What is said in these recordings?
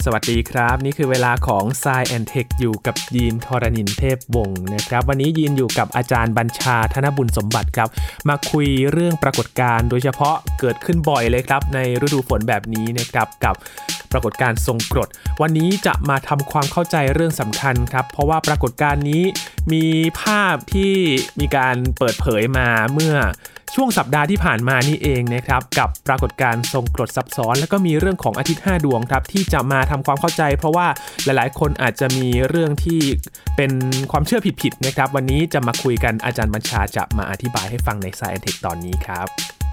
สวัสดีครับนี่คือเวลาของ Science and Tech อยู่กับยีนทรณินเทพวงศ์นะครับวันนี้ยีนอยู่กับอาจารย์บัญชาธนบุญสมบัติครับมาคุยเรื่องปรากฏการณ์โดยเฉพาะเกิดขึ้นบ่อยเลยครับในฤดูฝนแบบนี้นะครับกับปรากฏการณ์ทรงกรดวันนี้จะมาทำความเข้าใจเรื่องสำคัญครับเพราะว่าปรากฏการณ์นี้มีภาพที่มีการเปิดเผยมาเมื่อช่วงสัปดาห์ที่ผ่านมานี่เองนะครับกับปรากฏการณ์ทรงกรดซับซ้อนแล้วก็มีเรื่องของอาทิตย์5ดวงครับที่จะมาทำความเข้าใจเพราะว่าหลายๆคนอาจจะมีเรื่องที่เป็นความเชื่อผิดๆนะครับวันนี้จะมาคุยกันอาจารย์บัญชาจะมาอธิบายให้ฟังใน Science Tech ตอนนี้ครับ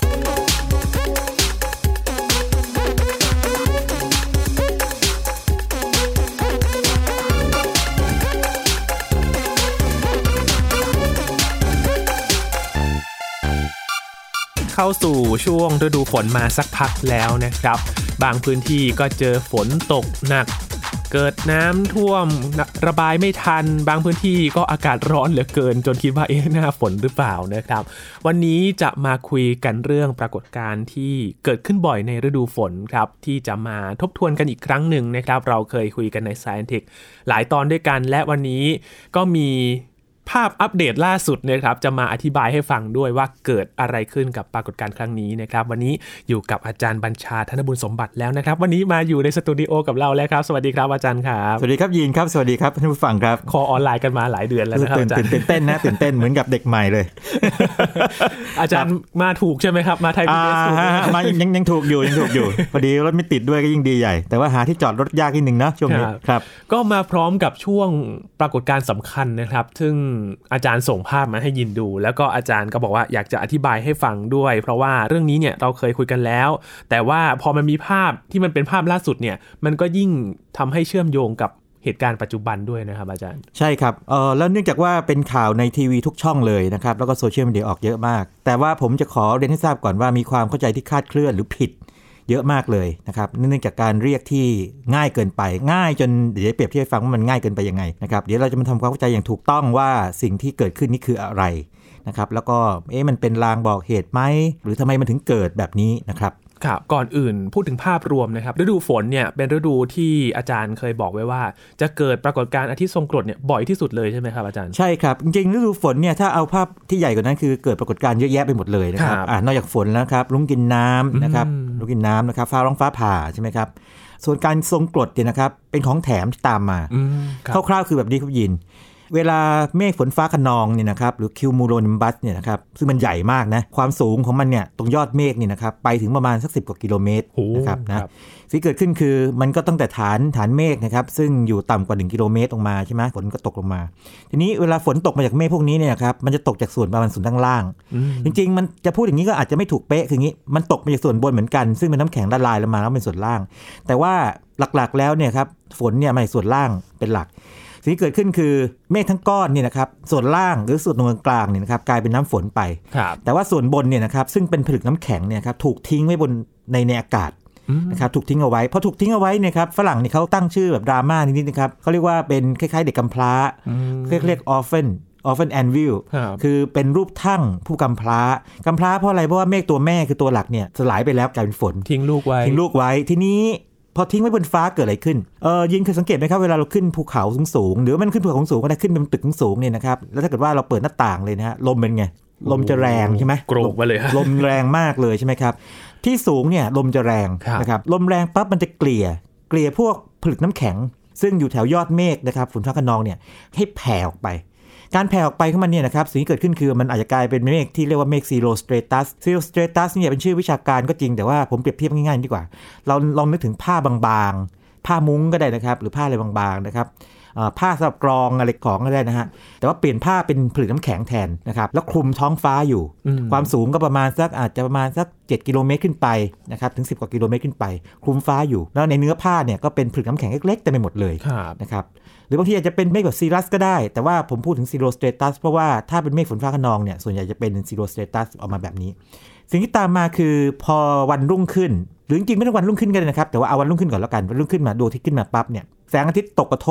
เข้าสู่ช่วงฤดูฝนมาสักพักแล้วนะครับบางพื้นที่ก็เจอฝนตกหนักเกิดน้ำท่วมระบายไม่ทันบางพื้นที่ก็อากาศร้อนเหลือเกินจนคิดว่าหน้าฝนหรือเปล่านะครับวันนี้จะมาคุยกันเรื่องปรากฏการณ์ที่เกิดขึ้นบ่อยในฤดูฝนครับที่จะมาทบทวนกันอีกครั้งหนึ่งนะครับเราเคยคุยกันใน Science Tech หลายตอนด้วยกันและวันนี้ก็มีภาพอัปเดตล่าสุดนะครับจะมาอธิบายให้ฟังด้วยว่าเกิดอะไรขึ้นกับปรากฏการณ์ครั้งนี้นะครับวันนี้อยู่กับอาจารย์บัญชาธนบุญสมบัติแล้วนะครับวันนี้มาอยู่ในสตูดิโอกับเราแล้วครับสวัสดีครับอาจารย์ครับสวัสดีครับยีนครับสวัสดีครับท่านผู้ฟังครับคอออนไลน์กันมาหลายเดือนแล้วนะครับอาจารย์ตื่นเต้นนะตื่นเต้นเหมือนกับเด็กใหม่เลยอาจารย์มาถูกใช่ไหมครับมาไทยพีบีเอสมายังถูกอยู่พอดีรถไม่ติดด้วยก็ยิ่งดีใหญ่แต่ว่าหาที่จอดรถยากนิดนึงนะช่วงนี้ครับก็มาพร้อมกับช่วงปรากฏการณ์สำคัญนะครับซึ่งอาจารย์ส่งภาพมาให้ยินดูแล้วก็อาจารย์ก็บอกว่าอยากจะอธิบายให้ฟังด้วยเพราะว่าเรื่องนี้เนี่ยเราเคยคุยกันแล้วแต่ว่าพอมันมีภาพที่มันเป็นภาพล่าสุดเนี่ยมันก็ยิ่งทำให้เชื่อมโยงกับเหตุการณ์ปัจจุบันด้วยนะครับอาจารย์ใช่ครับแล้วเนื่องจากว่าเป็นข่าวในทีวีทุกช่องเลยนะครับแล้วก็โซเชียลมีเดียออกเยอะมากแต่ว่าผมจะขอเรียนให้ทราบก่อนว่ามีความเข้าใจที่คลาดเคลื่อนหรือผิดเยอะมากเลยนะครับเนื่องจากการเรียกที่ง่ายเกินไปง่ายจนเดี๋ยวเปรียบเทียบให้ฟังว่ามันง่ายเกินไปยังไงนะครับเดี๋ยวเราจะมาทำความเข้าใจอย่างถูกต้องว่าสิ่งที่เกิดขึ้นนี่คืออะไรนะครับแล้วก็มันเป็นลางบอกเหตุไหมหรือทำไมมันถึงเกิดแบบนี้นะครับครับก่อนอื่นพูดถึงภาพรวมนะครับฤดูฝนเนี่ยเป็นฤดูที่อาจารย์เคยบอกไว้ว่าจะเกิดปรากฏการณ์อาทิตย์ทรงกรดเนี่ยบ่อยที่สุดเลยใช่ไหมครับอาจารย์ใช่ครับจริงๆฤดูฝนเนี่ยถ้าเอาภาพที่ใหญ่กว่านั้นคือเกิดปรากฏการณ์เยอะแยะไปหมดเลยนะครับนอกจากฝนแล้วครับลุ้งกินน้ำนะครับลุ้งกินน้ำนะครับฟ้าร้องฟ้าผ่าใช่ไหมครับส่วนการทรงกรดเนี่ยนะครับเป็นของแถมที่ตามมาคร่าวๆคือแบบนี้ครับยินเวลาเมฆฝนฟ้าคะนองเนี่ยนะครับหรือคิวมูโลนิมบัสเนี่ยนะครับซึ่งมันใหญ่มากนะความสูงของมันเนี่ยตรงยอดเมฆเนี่ยนะครับไปถึงประมาณสัก10กว่ากิโลเมตรนะครับนะสิ่งที่เกิดขึ้นคือมันก็ตั้งแต่ฐานเมฆนะครับซึ่งอยู่ต่ำกว่า1กิโลเมตรลงมาใช่ไหมฝนก็ตกลงมาทีนี้เวลาฝนตกมาจากเมฆพวกนี้เนี่ยครับมันจะตกจากส่วนประมาณส่วนล่างจริงๆมันจะพูดอย่างนี้ก็อาจจะไม่ถูกเป๊ะคืออย่างนี้มันตกมาจากส่วนบนเหมือนกันซึ่งเป็นน้ำแข็งละลายลงมาแล้วเป็นส่วนล่างแต่ว่าหลักๆแล้วเนี่ยครับฝนเนี่ยมาจากส่วนล่างเป็นหลักสิ่งที่เกิดขึ้นคือเมฆทั้งก้อนเนี่ยนะครับส่วนล่างหรือส่วนตรงกลางเนี่ยนะครับกลายเป็นน้ำฝนไปแต่ว่าส่วนบนเนี่ยนะครับซึ่งเป็นผลึกน้ำแข็งเนี่ยครับถูกทิ้งไว้บนในอากาศนะครับถูกทิ้งเอาไว้พอถูกทิ้งเอาไว้เนี่ยครับฝรั่งเนี่ยเขาตั้งชื่อแบบดราม่านิดๆนะครับเขาเรียกว่าเป็นคล้ายๆเด็กกำพร้าเรียก orphan anvil คือเป็นรูปทั่งผู้กำพร้เพราะอะไรเพราะว่าเมฆตัวแม่คือตัวหลักเนี่ยสลายไปแล้วกลายเป็นฝนทิ้งลูกไว้ทีนี้พอทิ้งไว้บนฟ้าเกิดอะไรขึ้นยินเคยสังเกตไหมครับเวลาเราขึ้นภูเขาสูงหรือมันขึ้นภูเขาสูงก็ได้ขึ้นเป็นตึกสูงเนี่ยนะครับแล้วถ้าเกิดว่าเราเปิดหน้าต่างเลยนะฮะลมเป็นไงลมจะแรงใช่ไหมโกรกไปเลยลมแรงมากเลยใช่ไหมครับที่สูงเนี่ยลมจะแรงนะครับลมแรงปั๊บมันจะเกลี่ยพวกผลึกน้ำแข็งซึ่งอยู่แถวยอดเมฆนะครับฝนฟ้าคะนองเนี่ยให้แผ่ออกไปการแผ่ออกไปของมันเนี่ยนะครับสิ่งที่เกิดขึ้นคือมันอาจจะกลายเป็นเมฆที่เรียกว่าเมฆซีโรสเตรตัสเนี่ยเป็นชื่อวิชาการก็จริงแต่ว่าผมเปรียบเทียบง่ายๆดีกว่าเราลองนึกถึงผ้าบางๆผ้ามุ้งก็ได้นะครับหรือผ้าอะไรบางๆนะครับผ้าสำหรับกรองอะไรของก็ได้นะฮะแต่ว่าเปลี่ยนผ้าเป็นผลึกน้ำแข็งแทนนะครับแล้วคลุมท้องฟ้าอยู่ความสูงก็อาจจะประมาณสัก7กิโลเมตรขึ้นไปนะครับถึง10กว่ากิโลเมตรขึ้นไปคลุมฟ้าอยู่แล้วในเนื้อผ้าเนี่ยก็เป็นผลึกน้ำแข็งเล็กๆเต็มไปหมดเลยนะครับหรือบางทีอาจจะเป็นเมฆแบบซีรัสก็ได้แต่ว่าผมพูดถึงซีโรสเตรตัสเพราะว่าถ้าเป็นเมฆฝนฟ้าคะนองเนี่ยส่วนใหญ่จะเป็นซีโรสเตรตัสออกมาแบบนี้สิ่งที่ตามมาคือพอวันรุ่งขึ้นหรือจริงๆไม่ต้องวันรุ่งขึ้นก็ได้นะครับแต่ว่าเอาวันรุ่งขึ้นก่อนแล้วกันวันรุ่งขึ้นมาดูที่ขึ้นมาปั๊บเนี่ยแสงอาทิตย์ตกกระทบ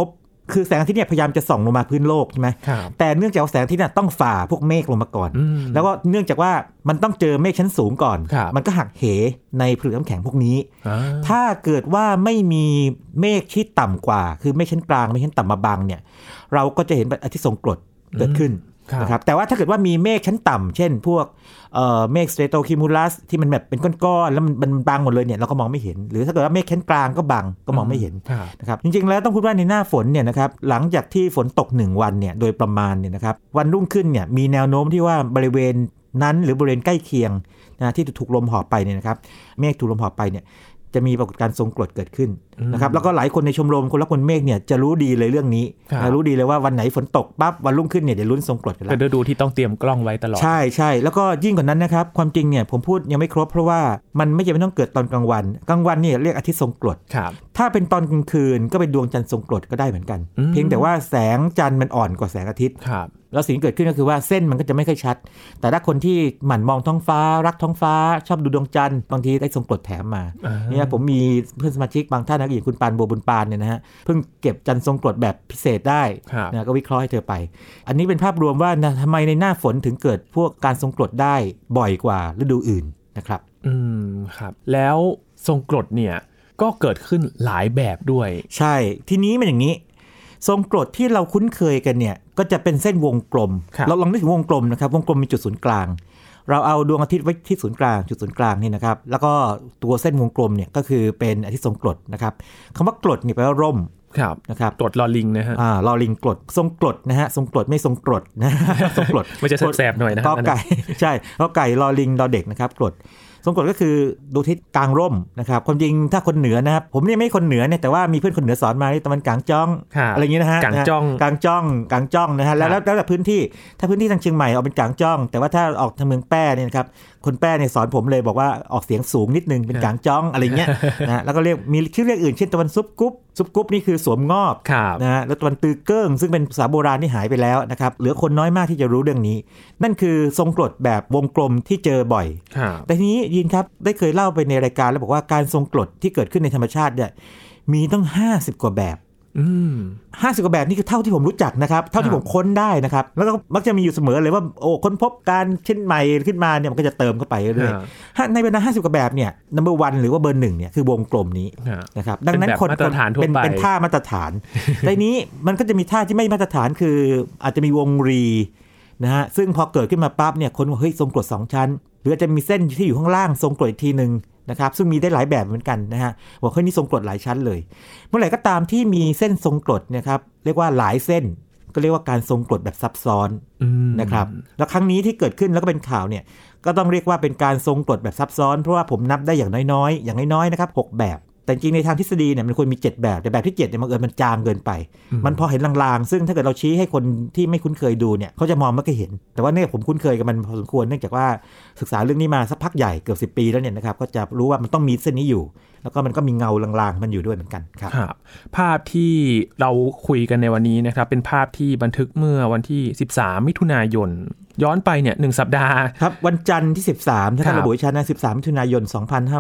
คือแสงอาทิตย์เนี่ยพยายามจะส่องลงมาพื้นโลกใช่ไหมแต่เนื่องจากแสงอาทิตย์เนี่ยต้องฝ่าพวกเมฆลงมาก่อนแล้วก็เนื่องจากว่ามันต้องเจอเมฆชั้นสูงก่อนมันก็หักเหในผลึกน้ำแข็งพวกนี้ถ้าเกิดว่าไม่มีเมฆที่ต่ำกว่าคือเมฆชั้นกลางเมฆชั้นต่ำมาบังเนี่ยเราก็จะเห็นอาทิตย์ทรงกรดเกิดขึ้นนะครับแต่ว่าถ้าเกิดว่ามีเมฆชั้นต่ำเช่นพวกเมฆสเตโตคิมูลัสที่มันแบบเป็นก้อนๆแล้วมันบังหมดเลยเนี่ยเราก็มองไม่เห็นหรือถ้าเกิดว่าเมฆชั้นกลางก็บังก็มองไม่เห็นนะครับจริงๆแล้วต้องพูดว่าในหน้าฝนเนี่ยนะครับหลังจากที่ฝนตก1วันเนี่ยโดยประมาณเนี่ยนะครับวันรุ่งขึ้นเนี่ยมีแนวโน้มที่ว่าบริเวณนั้นหรือบริเวณใกล้เคียงนะที่ถูกลมหอบไปเนี่ยนะครับเมฆถูกลมหอบไปเนี่ยจะมีปรากฏการณ์ทรงกรดเกิดขึ้นนะครับแล้วก็หลายคนในชมรมคนรักคนเมฆเนี่ยจะรู้ดีเลยเรื่องนี้รู้ดีเลยว่าวันไหนฝนตกปั๊บวันรุ่งขึ้นเนี่ยเดี๋ยวลุ้นทรงกรดกันแล้วเป็นฤดูที่ต้องเตรียมกล้องไว้ตลอดใช่แล้วก็ยิ่งกว่านั้นนะครับความจริงเนี่ยผมพูดยังไม่ครบเพราะว่ามันไม่จำเป็นต้องเกิดตอนกลางวันเนี่ยเรียกอาทิตย์ทรงกรดถ้าเป็นตอนกลางคืนก็เป็นดวงจันทร์ทรงกรดก็ได้เหมือนกันเพียงแต่ว่าแสงจันทร์มันอ่อนกว่าแสงอาทิตย์แล้วสิ่งที่เกิดขึ้นก็คือว่าเส้นมันก็จะไม่ค่อยชัดแต่ถ้าคนที่หมั่นมองท้องฟ้ารักท้องฟ้าชอบดูดวงจันทร์บางทีได้ทรงกรดแถมมาเนี่ยผมมีเพื่อนสมาชิกบางท่านนะอย่างคุณปานบัวบุญปานเนี่ยนะฮะเพิ่งเก็บจันทร์ทรงกรดแบบพิเศษได้นะก็วิเคราะห์ให้เธอไปอันนี้เป็นภาพรวมว่าทำไมในหน้าฝนถึงเกิดพวกการทรงกรดได้บ่อยกว่าฤดูอื่นนะครับครับแล้วทรงกรดเนี่ยก็เกิดขึ้นหลายแบบด้วยใช่ทีนี้มันอย่างนี้ทรงกรดที่เราคุ้นเคยกันเนี่ยก็จะเป็นเส้นวงกลมเราลองนึกถึงวงกลมนะครับวงกลมมีจุดศูนย์กลางเราเอาดวงอาทิตย์ไว้ที่ศูนย์กลางจุดศูนย์กลางนี่นะครับแล้วก็ตัวเส้นวงกลมเนี่ยก็คือเป็นอาทิตย์ทรงกรดนะครับคำว่ากรดเนี่ยแปลว่าร่มนะครับกรดลอลิงนะฮะลอลิงกรดทรงกรดนะฮะทรงกรดไม่ทรงกรดนะทรงกรดไม่จะแสบๆหน่อยนะก็ไก่ใช่ก็ไก่ลอลิงดอเด็กนะครับกรดทรงกรดก็คือดวงอาทิตย์กลางร่มนะครับความจริงถ้าคนเหนือนะครับผมเนี่ยไม่คนเหนือเนี่ยแต่ว่ามีเพื่อนคนเหนือสอนมาที่ตะวันกลางจ้องอะไรอย่างนี้นะฮะกลางจ้องนะฮะแล้วแต่พื้นที่ถ้าพื้นที่ทางเชียงใหม่เอาเป็นกลางจ้องแต่ว่าถ้าออกทางเมืองแป้เนี่ยนะครับคนแป้เนี่ยสอนผมเลยบอกว่าออกเสียงสูงนิดนึงเป็นกลางจ้องอะไรเงี้ยนะแล้วก็เรียกมีชื่อเรียกอื่นเช่นตะวันซุปกุ๊บนี่คือสวมงอบนะฮะแล้วตะวันตือเกิ้งซึ่งเป็นภาษาโบราณที่หายไปแล้วนะครับเหลือคนน้อยมากที่จะรู้เรื่องนี้นั่นคือทรงกรดแบบวงกลมที่เจอบ่อยแต่ทีนี้ยินครับได้เคยเล่าไปในรายการแล้วบอกว่าการทรงกรดที่เกิดขึ้นในธรรมชาติเนี่ยมีตั้ง50กว่าแบบ50กว่าแบบนี่คือเท่าที่ผมรู้จักนะครับเท่าที่ผมค้นได้นะครับแล้วก็มักจะมีอยู่เสมอเลยว่าโอ้ค้นพบการเช่นใหม่ขึ้นมาเนี่ยมันก็จะเติมเข้าไปเรื่อยๆในบรรดา50กว่าแบบเนี่ย number 1หรือว่าเบอร์1เนี่ยคือวงกลมนี้นะครับดังนั้นคนเป็นท่ามาตรฐานในนี้มันก็จะมีท่าที่ไม่มาตรฐานคืออาจจะมีวงรีนะฮะซึ่งพอเกิดขึ้นมาปั๊บเนี่ยคนว่าเฮ้ยทรงกรด2ชั้นหรือจะมีเส้นที่อยู่ข้างล่างทรงกรดอีกทีนึงนะครับซึ่งมีได้หลายแบบเหมือนกันนะฮะบอกเฮ้ยนี่ทรงกรดหลายชั้นเลยเมื่อไหร่ก็ตามที่มีเส้นทรงกรดนะครับเรียกว่าหลายเส้นก็เรียกว่าการทรงกรดแบบซับซ้อนนะครับแล้วครั้งนี้ที่เกิดขึ้นแล้วก็เป็นข่าวเนี่ยก็ต้องเรียกว่าเป็นการทรงกรดแบบซับซ้อนเพราะว่าผมนับได้อย่างน้อยๆนะครับ6แบบแต่จริงในทางทฤษฎีเนี่ยมันควรมี7แบบแต่แบบที่7เนี่ยมันจางเกินไปมันพอเห็นลางๆซึ่งถ้าเกิดเราชี้ให้คนที่ไม่คุ้นเคยดูเนี่ยเขาจะมองไม่เคยเห็นแต่ว่าเนี่ยผมคุ้นเคยกับมันพอสมควรเนื่องจากว่าศึกษาเรื่องนี้มาสักพักใหญ่เกือบ10 ปีแล้วเนี่ยนะครับก็จะรู้ว่ามันต้องมีเส้นนี้อยู่แล้วก็มันก็มีเงาลางๆมันอยู่ด้วยเหมือนกันครับภาพที่เราคุยกันในวันนี้นะครับเป็นภาพที่บันทึกเมื่อวันที่13มิถุนายนย้อนไปเนี่ย1สัปดาห์ครับวันจันทร์ที่13ถ้าระบุชัดนะ13มิถุนายน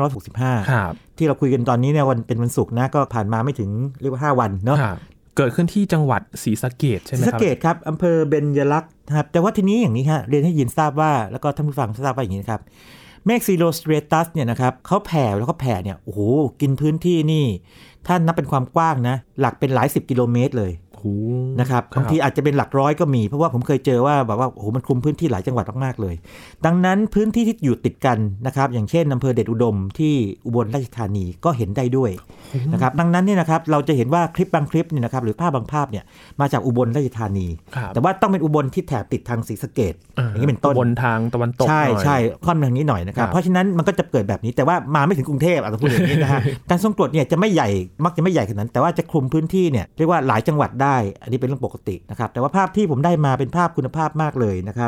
2565 ครับที่เราคุยกันตอนนี้เนี่ยวันเป็นวันศุกร์นะก็ผ่านมาไม่ถึงเรียกว่า5วันเนาะเกิดขึ้นที่จังหวัดศรีสะเกษใช่ไหมครับศรีสะเกษครับอำเภอเบญจลักษณ์ครับแต่ว่าทีนี้อย่างนี้ฮะเรียนให้ยินทราบว่าแล้วก็ท่านผู้ฟังทราบว่าอย่างนี้นะครับเมฆซีโรสเตรตัสเนี่ยนะครับเขาแผ่แล้วก็แผ่เนี่ยโอ้โหกินพื้นที่นี่ถ้านับเป็นความกว้างนะหลักเป็นหลาย10 กิโลเมตรเลยนะครับบางทีอาจจะเป็นหลักร้อยก็มีเพราะว่าผมเคยเจอว่าแบบว่าโอ้โหมันคลุมพื้นที่หลายจังหวัดมากๆเลยดังนั้นพื้นที่ที่อยู่ติดกันนะครับอย่างเช่นอำเภอเดชอุดมที่อุบลราชธานีก็เห็นได้ด้วยนะครับดังนั้นเนี่ยนะครับเราจะเห็นว่าคลิปบางคลิปเนี่ยนะครับหรือภาพบางภาพเนี่ยมาจากอุบลราชธานีแต่ว่าต้องเป็นอุบลที่แถบติดทางศรีสะเกษอย่างนี้เป็นต้นอุบลทางตะวันตกใช่ค่อนทางนี้หน่อยนะครับเพราะฉะนั้นมันก็จะเกิดแบบนี้แต่ว่ามาไม่ถึงกรุงเทพอาจจะพูดอย่างนี้นะฮะการทรงกรดเนี่ยจะไม่ใหญ่มักจะไม่ใหญ่ขนาดนั้นแต่ว่าจะคลุมพื้นที่เนี่ยเรียกว่าหลายจังหวัดได้อันนี้เป็นเรื่องปกตินะครับแต่ว่าภาพที่ผมได้มาเป็นภาพคุณภาพมากเลยนะครับ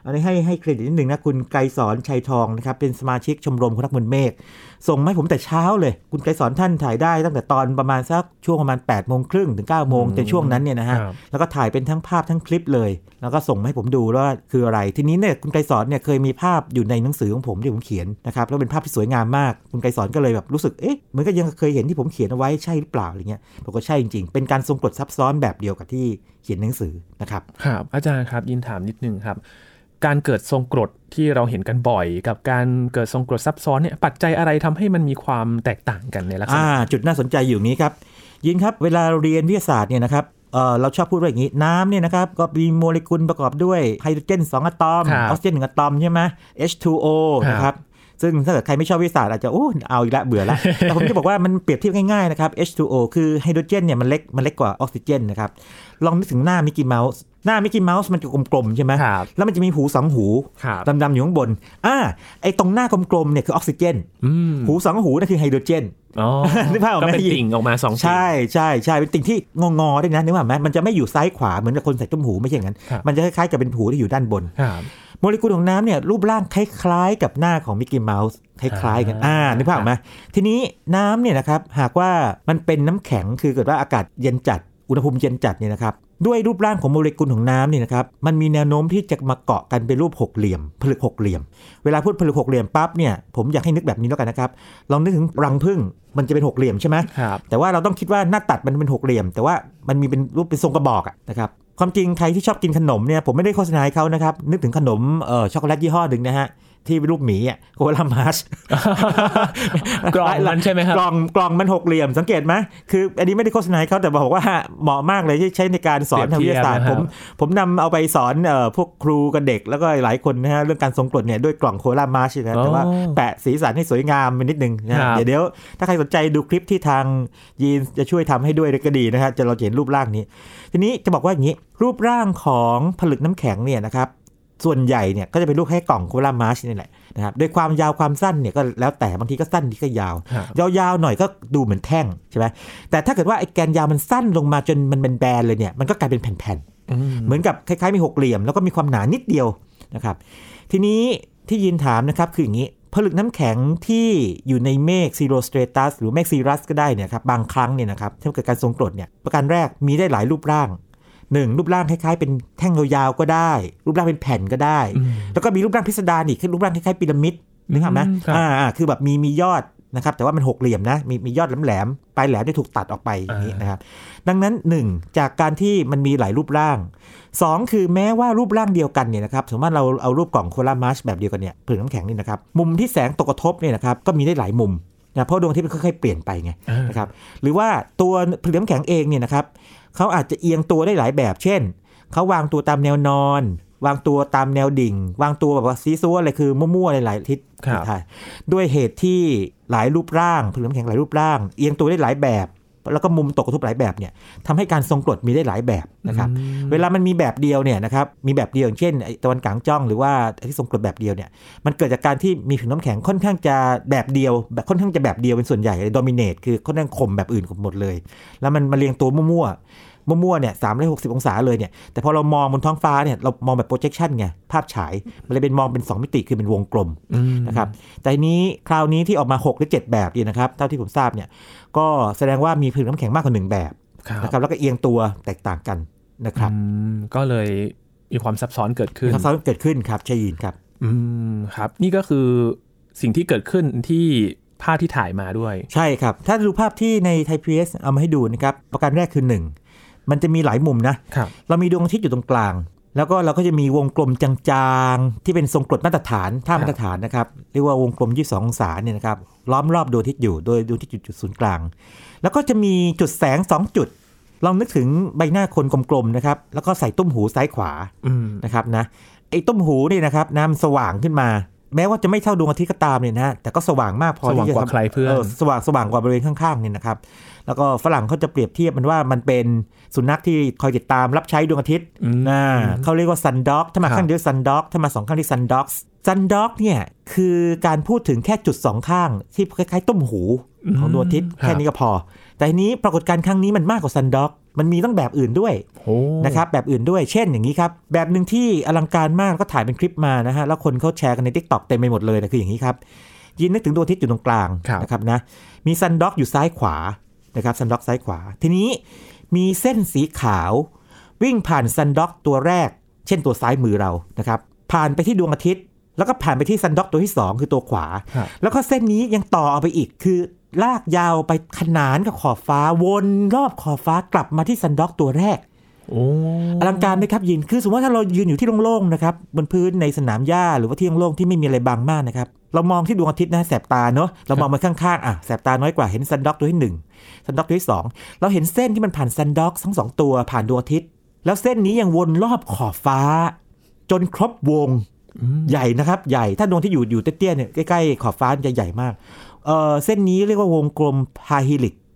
อันนี้ให้เครดิตนิดนึงนะคุณไกรสอนชัยทองนะครับเป็นสมาชิกชมรมคนรักมวลเมฆส่งมาให้ผมแต่เช้าเลยคุณไกรสอนท่านถ่ายได้ตั้งแต่ตอนประมาณสักช่วงประมาณ 8:30 นถึง 9:00 นในช่วงนั้นเนี่ยนะฮะแล้วก็ถ่ายเป็นทั้งภาพทั้งคลิปเลยแล้วก็ส่งมาให้ผมดูว่าคืออะไรทีนี้เนี่ยคุณไกรสอนเนี่ยเคยมีภาพอยู่ในหนังสือของผมที่ผมเขียนนะครับแล้วเป็นภาพที่สวยงามมากคุณไกรสอนก็เลยแบบรู้สึกเหมือนก็ยังเคยเห็นที่ผมเขียนเอาไว้ใช่หรือเปล่าอะไรเงี้ยบอกว่าใช่จริงๆเป็นการทรงกรดซับซ้อนแบบเดียวกับที่เขียนหนังสือนะครับครับอาจารย์ครับยินถามนิดนึงครับการเกิดทรงกรดที่เราเห็นกันบ่อยกับการเกิดทรงกรดซับซ้อนเนี่ยปัจจัยอะไรทำให้มันมีความแตกต่างกันในลักษณะจุดน่าสนใจอยู่นี้ครับยินครับเวลาเรียนวิทยาศาสตร์เนี่ยนะครับเราชอบพูดว่าอย่างนี้น้ำเนี่ยนะครับก็มีโมเลกุลประกอบด้วยไฮโดรเจน2 อะตอมออกซิเจน1 อะตอมใช่ไหม H2O นะครับซึ่งถ้าเกิดใครไม่ชอบวิทยาศาสตร์อาจจะเอาอีกละเบื่อละ แต่ผมจะบอกว่ามันเปรียบเทียบง่ายๆนะครับ H2O คือไฮโดรเจนเนี่ยมันเล็กกว่าออกซิเจนนะครับลองนึกถึงหน้ามิกกี้เมาส์มันจะกลมๆใช่ไหมแล้วมันจะมีหู2 หูดำๆอยู่ข้างบนไอ้ตรงหน้ากลมๆเนี่ยคือออกซิเจนหู2 หูนั่นคือไฮโดรเจนนึกภาพออกไหมก็เป็นติ่งออกมา2 ใช่เป็นติ่งที่งอๆด้วยนะนึกภาพไหมมันจะไม่อยู่ซ้ายขวาเหมือนกับคนใส่ตุ้มหูไม่ใช่อย่างนั้นมันจะคล้ายๆกับเป็นหูที่อยู่ด้านบนโมเลกุลของน้ำเนี่ยรูปร่างคล้ายๆกับหน้าของมิกกี้เมาส์คล้ายๆกันนึกภาพออกไหมทีนี้น้ำเนี่ยนะครับหากว่ามันเป็นน้ำแข็งคือเกิดว่าอากาศเย็นจัดอุณหภูมิเย็นจัดเนี่ยนะครับด้วยรูปร่างของโมเลกุลของน้ำเนี่ยนะครับมันมีแนวโน้มที่จะมาเกาะกันเป็นรูปหกเหลี่ยมผลึกหกเหลี่ยมเวลาพูดผลึกหกเหลี่ยมปั๊บเนี่ยผมอยากให้นึกแบบนี้แล้วกันนะครับลองนึกถึงรังผึ้งมันจะเป็นหกเหลี่ยมใช่ไหมแต่ว่าเราต้องคิดว่าหน้าตัดมันเป็นหกเหลี่ยมแต่ว่ามันมีเป็นรูปเป็นทรงกระบอกนะครับความจริงใครที่ชอบกินขนมเนี่ยผมไม่ได้โฆษณาให้เขานะครับนึกถึงขนมช็อกโกแลตยี่ห้อหนึ่งนะฮะที่เป็นรูปหมีโคลามาสกล่องมันใช่ไหมครับกล่องมันหกเหลี่ยมสังเกตไหมคืออันนี้ไม่ได้โฆษณาให้เขาแต่บอกว่าเหมาะมากเลยที่ใช้ในการสอนทางวิทยาศาสตร์ผมนำเอาไปสอนพวกครูกับเด็กแล้วก็หลายคนนะฮะเรื่องการทรงกรดเนี่ยด้วยกล่องโคลามาสนะแต่ว่าแปะสีสันให้สวยงามนิดนึงนะเดี๋ยวถ้าใครสนใจดูคลิปที่ทางยีนจะช่วยทำให้ด้วยก็ดีนะฮะจะเราเห็นรูปร่างนี้ทีนี้จะบอกว่าอย่างนี้รูปร่างของผลึกน้ำแข็งเนี่ยนะครับส่วนใหญ่เนี่ยก็จะเป็นรูปให้กล่องโคลามาสนี่แหละนะครับโดยความยาวความสั้นเนี่ยก็แล้วแต่บางทีก็สั้นบางทีก็ยาวยาวๆหน่อยก็ดูเหมือนแท่งใช่ไหมแต่ถ้าเกิดว่าไอ้แกนยาวมันสั้นลงมาจนมันเป็นแบนเลยเนี่ยมันก็กลายเป็นแผ่นๆเหมือนกับคล้ายๆมีหกเหลี่ยมแล้วก็มีความหนานิดเดียวนะครับทีนี้ที่ยินถามนะครับคืออย่างนี้ผลึกน้ำแข็งที่อยู่ในเมฆซีโรสเตรตัสหรือเมฆซีรัสก็ได้เนี่ยครับบางครั้งเนี่ยนะครับถ้าเกิดการทรงกรดเนี่ยประการแรกมีได้หลายรูปร่าง1รูปร่างคล้ายๆเป็นแท่งยาวๆก็ได้รูปร่างเป็นแผ่นก็ได้แล้วก็มีรูปร่างพิสดารอีกคือรูปร่างคล้ายๆพีระมิดนึกออกไหมคือแบบมียอดนะครับแต่ว่ามันหกเหลี่ยมนะมียอดแหลมๆปลายแหลมที่ถูกตัดออกไปอย่างนี้นะครับดังนั้น1จากการที่มันมีหลายรูปร่าง2คือแม้ว่ารูปร่างเดียวกันเนี่ยนะครับสมมติเราเอารูปกล่องโคลามาสแบบเดียวกันเนี่ยผลึกน้ำแข็งนี่นะครับมุมที่แสงตกกระทบเนี่ยนะครับก็มีได้หลายมุมนะเพราะดวงอาทิตย์มันค่อยๆเปลี่ยนไปไงนะครับหรือว่าตัวผลึกน้ำแข็งเองเนี่ยนะครับเขาอาจจะเอียงตัวได้หลายแบบเช่นเขาวางตัวตามแนวนอนวางตัวตามแนวดิ่งวางตัวแบบว่าซีซัวอะไรคือมั่วๆหลายๆทิศด้วยเหตุที่หลายรูปร่างผลึกน้ำแข็งหลายรูปร่างเอียงตัวได้หลายแบบแล้วก็มุมตกกระทบหลายแบบเนี่ยทำให้การทรงกรดมีได้หลายแบบนะครับเวลามันมีแบบเดียวเนี่ยนะครับมีแบบเดียวอย่างเช่นตะวันกลางจ้องหรือว่าที่ทรงกรดแบบเดียวเนี่ยมันเกิดจากการที่มีผลึกน้ำแข็งค่อนข้างจะแบบเดียวแบบค่อนข้างจะแบบเดียวเป็นส่วนใหญ่โดมิเนตคือค่อนข้างข่มแบบอื่นหมดเลยแล้วมันมาเรียงตัวมั่วเนี่ย360องศาเลยเนี่ยแต่พอเรามองบนท้องฟ้าเนี่ยเรามองแบบ projection ไงภาพฉายมันเลยเป็นมองเป็น2มิติคือเป็นวงกลมนะครับแต่นี้คราวนี้ที่ออกมา6หรือ7แบบนี่นะครับเท่าที่ผมทราบเนี่ยก็แสดงว่ามีผลึกน้ำแข็งมากกว่า1แบบนะครับแล้วก็เอียงตัวแตกต่างกันนะครับก็เลยมีความซับซ้อนเกิดขึ้นครับใช่ยินครับครับนี่ก็คือสิ่งที่เกิดขึ้นที่ภาพที่ถ่ายมาด้วยใช่ครับถ้าดูภาพที่ในไทยพีบีเอสเอามาให้ดูนะครับประการแรกคือ1มันจะมีหลายมุมนะเรามีดวงอาทิตย์อยู่ตรงกลางแล้วก็เราก็จะมีวงกลมจางๆที่เป็นทรงกรดมาตรฐานท่ามาตรฐานนะครับเรียกว่าวงกลม22องศาเนี่ยนะครับล้อมรอบดวงอาทิตย์อยู่โดยดวงอาทิตย์จุดศูนย์กลางแล้วก็จะมีจุดแสง2จุดลองนึกถึงใบหน้าคนกลมๆนะครับแล้วก็ใส่ตุ้มหูซ้ายขวานะครับนะไอ้ตุ้มหูนี่นะครับน้ำสว่างขึ้นมาแม้ว่าจะไม่เท่าดวงอาทิตย์ก็ตามเนี่ยนะแต่ก็สว่างมากพอที่จะทำสว่างกว่าบริเวณข้างๆเนี่ยนะครับแล้วก็ฝรั่งเขาจะเปรียบเทียบมันว่ามันเป็นสุนัขที่คอยติดตามรับใช้ดวงอาทิตย์เขาเรียกว่าซันด็อกถ้ามาข้างเดียวซันด็อกถ้ามา2ข้างที่ซันด็อกซันด็อกเนี่ยคือการพูดถึงแค่จุด2ข้างที่คล้ายๆตุ้มหูของดวงอาทิตย์แค่นี้ก็พอแต่ทีนี้ปรากฏการณ์ครั้งนี้มันมากกว่าซันด็อกมันมีต้องแบบอื่นด้วยนะครับแบบอื่นด้วยเช่นอย่างนี้ครับแบบนึงที่อลังการมากก็ถ่ายเป็นคลิปมานะฮะแล้วคนเขาแชร์กันใน TikTok เต็มไปหมดเลยนะคืออย่างนี้ครับยินนึกถึงดวงอาทิตย์อยู่ตรงกลางนะครับนะมีซันด็อกอยู่ซ้ายขวานะครับซันด็อกซ้ายขวาทีนี้มีเส้นสีขาววิ่งผ่านซันด็อกตัวแรกเช่นตัวซ้ายมือเรานะครับผ่านไปที่ดวงอาทิตย์แล้วก็ผ่านไปที่ซันด็อกตัวที่2คือตัวขวาแล้วก็เส้นนี้ยังต่อเอาไปอีกคือลากยาวไปขนานกับขอบฟ้าวนรอบขอบฟ้ากลับมาที่ซันด็อกตัวแรกอลังการไหมครับยินคือสมมติว่าถ้าเรายืนอยู่ที่โล่งๆนะครับบนพื้นในสนามหญ้าหรือว่าที่โล่งๆที่ไม่มีอะไรบังมากนะครับเรามองที่ดวงอาทิตย์นะแสบตาเนาะเรามองไปข้างๆแสบตาน้อยกว่าเห็นซันด็อกตัวที่1ซันด็อกตัวที่2เราเห็นเส้นที่มันผ่านซันด็อกทั้ง2ตัวผ่านดวงอาทิตย์แล้วเส้นนี้ยังวนรอบขอบฟ้าจนครบวงใหญ่นะครับใหญ่ถ้าดวงที่อยู่เตี้ยๆเนี่ยใกล้ๆขอบฟ้าจะใหญ่มากเส้นนี้เรียกว่าวงกลมพาฮิลิก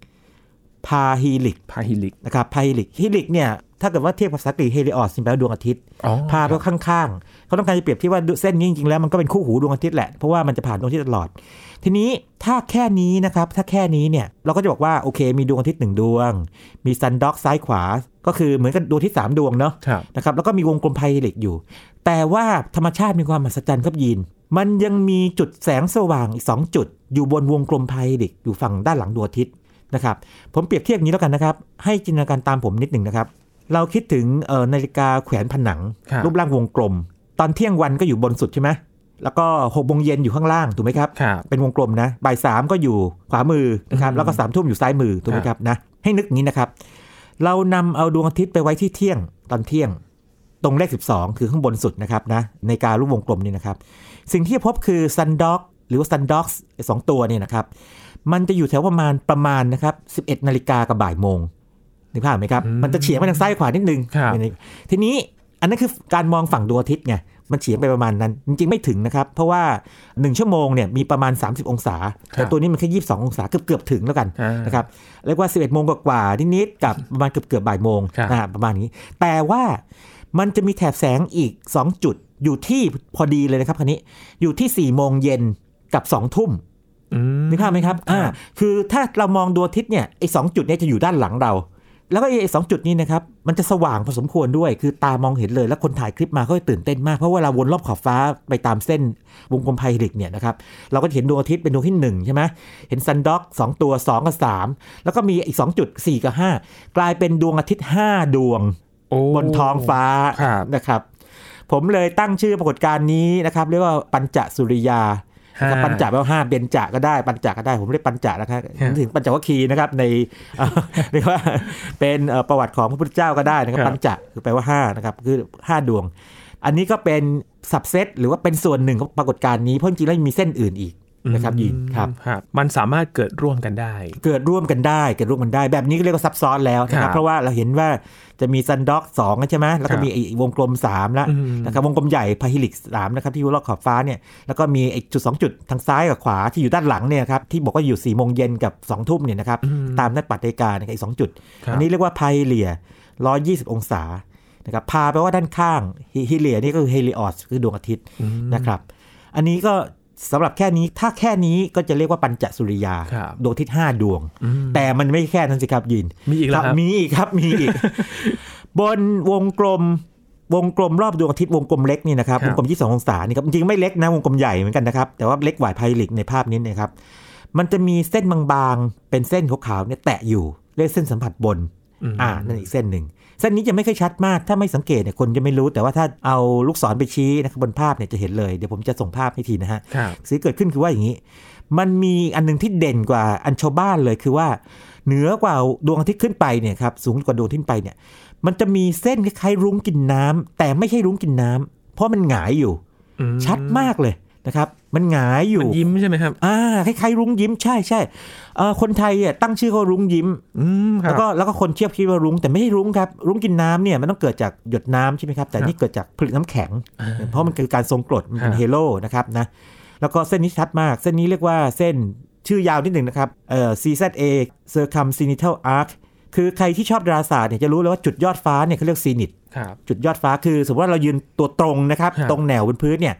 นะครับพาฮิลิกเนี่ยถ้าเกิดว่าเทียบภาษาอังกฤษเฮลิออสแปลว่าดวงอาทิตย์พาไปข้างๆเขาต้องการจะเปรียบที่ว่าเส้นนี้จริงๆแล้วมันก็เป็นคู่หูดวงอาทิตย์แหละเพราะว่ามันจะผ่านดวงอาทิตย์ตลอดทีนี้ถ้าแค่นี้นะครับถ้าแค่นี้เนี่ยเราก็จะบอกว่าโอเคมีดวงอาทิตย์1ดวงมีซันด็อกซ้ายขวาก็คือเหมือนกับดวงอาทิตย์3ดวงเนาะนะครับแล้วก็มีวงกลมพาฮิลิกอยู่แต่ว่าธรรมชาติมีความมหัศจรรย์ครับยีนมันยังมีจุดแสงสว่างอีก2จุดอยู่บนวงกลมพาฮิลิกอยู่ฝั่งด้านหลังดวงอาทิตย์นะครับผมเปรียบเทียบนี้แล้วกันนะครับให้จินตนาการตามผมนิดหนึ่งนะครับเราคิดถึงนาฬิกาแขวนผนังรูปร่างวงกลมตอนเที่ยงวันก็อยู่บนสุดใช่ไหมแล้วก็6 โมงเย็นอยู่ข้างล่างถูกไหมครับเป็นวงกลมนะบ่าย 3ก็อยู่ขวามือนะครับแล้วก็3 ทุ่มอยู่ซ้ายมือถูกไหมครับนะให้นึกอย่างนี้นะครับเรานำเอาดวงอาทิตย์ไปไว้ที่เที่ยงตอนเที่ยงตรงเลข12คือข้างบนสุดนะครับนะในการรูปวงกลมนี่นะครับสิ่งที่พบคือซันด็อกหรือว่าซันด็อก2ตัวเนี่ยนะครับมันจะอยู่แถวประมาณนะครับ 11 นาฬิกากับบ่ายโมงนึกภาพไหมครับมันจะเฉียงไปทางซ้ายขวานิดนึงทีนี้อันนั้นคือการมองฝั่งดวงอาทิตย์ไงมันเฉียงไปประมาณนั้นจริงๆไม่ถึงนะครับเพราะว่า1ชั่วโมงเนี่ยมีประมาณ30องศาแต่ตัวนี้มันแค่22องศาเกือบถึงแล้วกันนะครับเรียกว่า11โมงกว่าๆนิดๆกับประมาณเกือบบ่ายโมงประมาณนี้แต่ว่ามันจะมีแถบแสงอีก2จุดอยู่ที่พอดีเลยนะครับคันนี้อยู่ที่4 โมงเย็นกับ2 ทุ่มนึกภาพไหมครับคือถ้าเรามองดวงอาทิตย์เนี่ยไอ้2จุดนี้จะอยู่ด้านหลังเราแล้วก็ไอ้2จุดนี้นะครับมันจะสว่างพอสมควรด้วยคือตามองเห็นเลยแล้วคนถ่ายคลิปมาก็ตื่นเต้นมากเพราะว่าเราวนรอบขอบฟ้าไปตามเส้นวงกลมพาฮิลิกเนี่ยนะครับเราก็เห็นดวงอาทิตย์เป็นดวงที่1ใช่ไหมเห็นซันด็อก2ตัว2กับ3แล้วก็มีอีก2จุด4กับ5กลายเป็นดวงอาทิตย์5ดวงบนท้องฟ้านะครับผมเลยตั้งชื่อปรากฏการณ์นี้นะครับเรียกว่าปัญจสุริยาปัญจแปลว่า5เบญจก็ได้ปัญจก็ได้ผมเรียกปัญจนะครับถึงปัญจวัคคีย์นะครับในเรียกว่าเป็นประวัติของพระพุทธเจ้าก็ได้นะครับปัญจคือแปลว่า5นะครับคือ5ดวงอันนี้ก็เป็นสับเซตหรือว่าเป็นส่วนหนึ่งของปรากฏการณ์นี้เพราะจริงๆแล้วมีเส้นอื่นอีกนะครับยินครับมันสามารถเกิดร่วมกันได้แบบนี้ก็เรียกว่าซับซ้อนแล้วนะครับเพราะว่าเราเห็นว่าจะมีซันด็อก2ใช่ไหมแล้วก็มีวงกลม3แล้วนะครับวงกลมใหญ่พาฮิลิก3นะครับที่อยู่รอบขอบฟ้าเนี่ยแล้วก็มีจุด2จุดทางซ้ายกับขวาที่อยู่ด้านหลังเนี่ยครับที่บอกว่าอยู่4 โมงเย็นกับ2 ทุ่มเนี่ยนะครับตามนัดปัตนาฬิกาอีก2จุดอันนี้เรียกว่าพาฮิเลีย120องศานะครับพาแปลว่าด้านข้างฮิเลียนี่ก็คือเฮลิออสคือดวงอาทิตย์นะครับอันนี้ก็สำหรับแค่นี้ถ้าแค่นี้ก็จะเรียกว่าปัญจสุริยาดวงอาทิตย์5 ดวงแต่มันไม่แค่นั้นสิครับยินมีอีกแล้วมีอีกครับมีอีก บนวงกลมรอบดวงอาทิตย์วงกลมเล็กนี่นะครับวงกลม22องศานี่ครับจริงๆไม่เล็กนะวงกลมใหญ่เหมือนกันนะครับแต่ว่าเล็กกว่าพาฮิลิกในภาพนี้นะครับมันจะมีเส้นบางๆเป็นเส้นขาวๆเนี่ยแตะอยู่เรียกเส้นสัมผัสบนนั่นอีกเส้นหนึ่งเส้นนี้จะไม่ค่อยชัดมากถ้าไม่สังเกตเนี่ยคนจะไม่รู้แต่ว่าถ้าเอาลูกศรไปชี้นะครับบนภาพเนี่ยจะเห็นเลยเดี๋ยวผมจะส่งภาพให้ทีนะฮะสิ่งที่เกิดขึ้นคือว่าอย่างนี้มันมีอันนึงที่เด่นกว่าอันชาวบ้านเลยคือว่าเหนือกว่าดวงอาทิตย์ขึ้นไปเนี่ยครับสูงกว่าดวงอาทิตย์ไปเนี่ยมันจะมีเส้นคล้ายๆรุ้งกินน้ำแต่ไม่ใช่รุ้งกินน้ำเพราะมันหงายอยู่ชัดมากเลยนะครับมันหงายอยู่มันยิ้มใช่ไหมครับคล้ายๆรุ้งยิ้มใช่คนไทยตั้งชื่อเขารุ้งยิ้มแล้วก็คนเทียบคิดว่ารุ้งแต่ไม่ใช่รุ้งครับรุ้งกินน้ำเนี่ยมันต้องเกิดจากหยดน้ำใช่ไหมครับแต่นี่เกิดจากผลึกน้ำแข็งเพราะมันคือการทรงกรดมันเป็นเฮโลนะครับนะแล้วก็เส้นนี้ชัดมากเส้นนี้เรียกว่าเส้นชื่อยาวนิดหนึ่งนะครับCZA Circumzenithal Arc คือใครที่ชอบดาราศาสตร์เนี่ยจะรู้เลยว่าจุดยอดฟ้าเนี่ยเขาเรียกซีนิตจุดยอดฟ้าคือสมมติว่าเรายืนตัวตรงนะครับตรงแนวบนพื้นเนี่ย